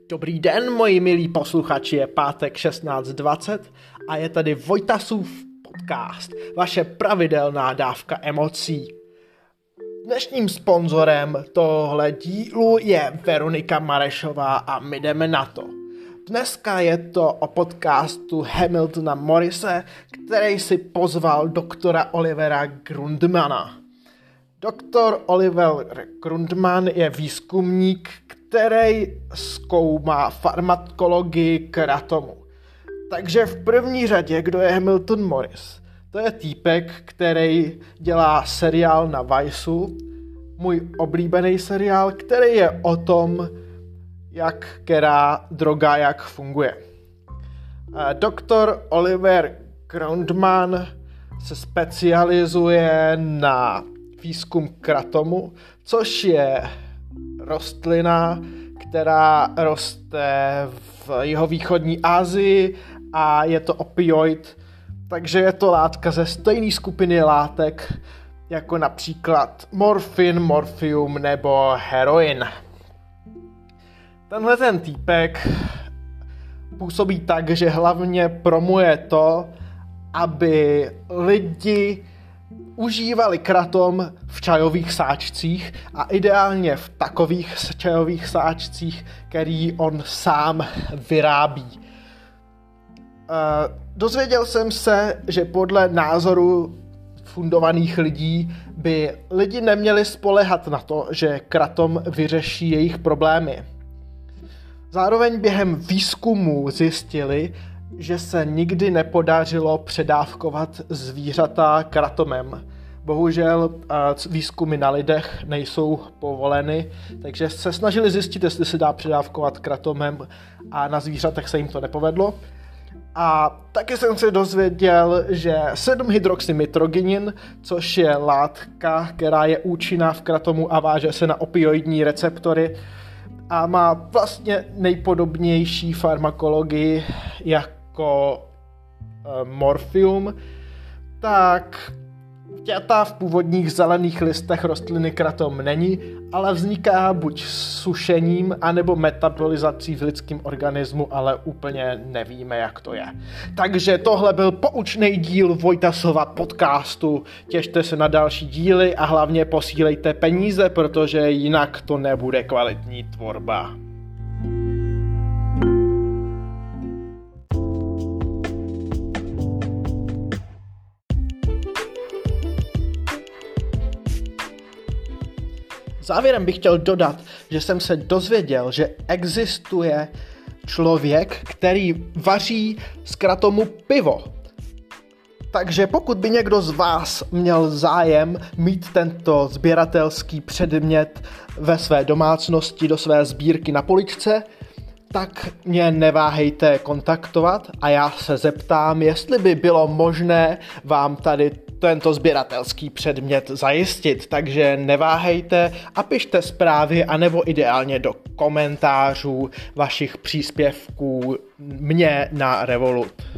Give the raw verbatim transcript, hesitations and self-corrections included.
Dobrý den, moji milí posluchači, je pátek šestnáct dvacet a je tady Vojtasův podcast, vaše pravidelná dávka emocí. Dnešním sponzorem tohle dílu je Veronika Marešová a my jdeme na to. Dneska je to o podcastu Hamiltona Morrise, který si pozval doktora Olivera Grundmana. Doktor Oliver Grundman je výzkumník, který zkoumá farmakologii kratomu. Takže v první řadě, kdo je Hamilton Morris? To je týpek, který dělá seriál na Viceu, můj oblíbený seriál, který je o tom, jak která droga jak funguje. Doktor Oliver Grundman se specializuje na výzkum kratomu, což je rostlina, která roste v jihovýchodní Asii a je to opioid, takže je to látka ze stejné skupiny látek, jako například morfin, morfium nebo heroin. Tenhle ten týpek působí tak, že hlavně promuje to, aby lidi užívali kratom v čajových sáčcích a ideálně v takových čajových sáčcích, který on sám vyrábí. Dozvěděl jsem se, že podle názoru fundovaných lidí by lidi neměli spoléhat na to, že kratom vyřeší jejich problémy. Zároveň během výzkumu zjistili, že se nikdy nepodařilo předávkovat zvířata kratomem. Bohužel výzkumy na lidech nejsou povoleny, takže se snažili zjistit, jestli se dá předávkovat kratomem a na zvířatech se jim to nepovedlo. A taky jsem se dozvěděl, že sedm hydroxynitrogenin, což je látka, která je účinná v kratomu a váže se na opioidní receptory a má vlastně nejpodobnější farmakologii jako e, morfium, tak vťatá v původních zelených listech rostliny kratom není, ale vzniká buď sušením, anebo metabolizací v lidském organismu, ale úplně nevíme, jak to je. Takže tohle byl poučný díl Vojtasova podcastu. Těšte se na další díly a hlavně posílejte peníze, protože jinak to nebude kvalitní tvorba. Závěrem bych chtěl dodat, že jsem se dozvěděl, že existuje člověk, který vaří z kratomu pivo. Takže pokud by někdo z vás měl zájem mít tento sběratelský předmět ve své domácnosti do své sbírky na poličce, tak mě neváhejte kontaktovat a já se zeptám, jestli by bylo možné vám tady tento sběratelský předmět zajistit. Takže neváhejte a pište zprávy anebo ideálně do komentářů vašich příspěvků mě na Revolut.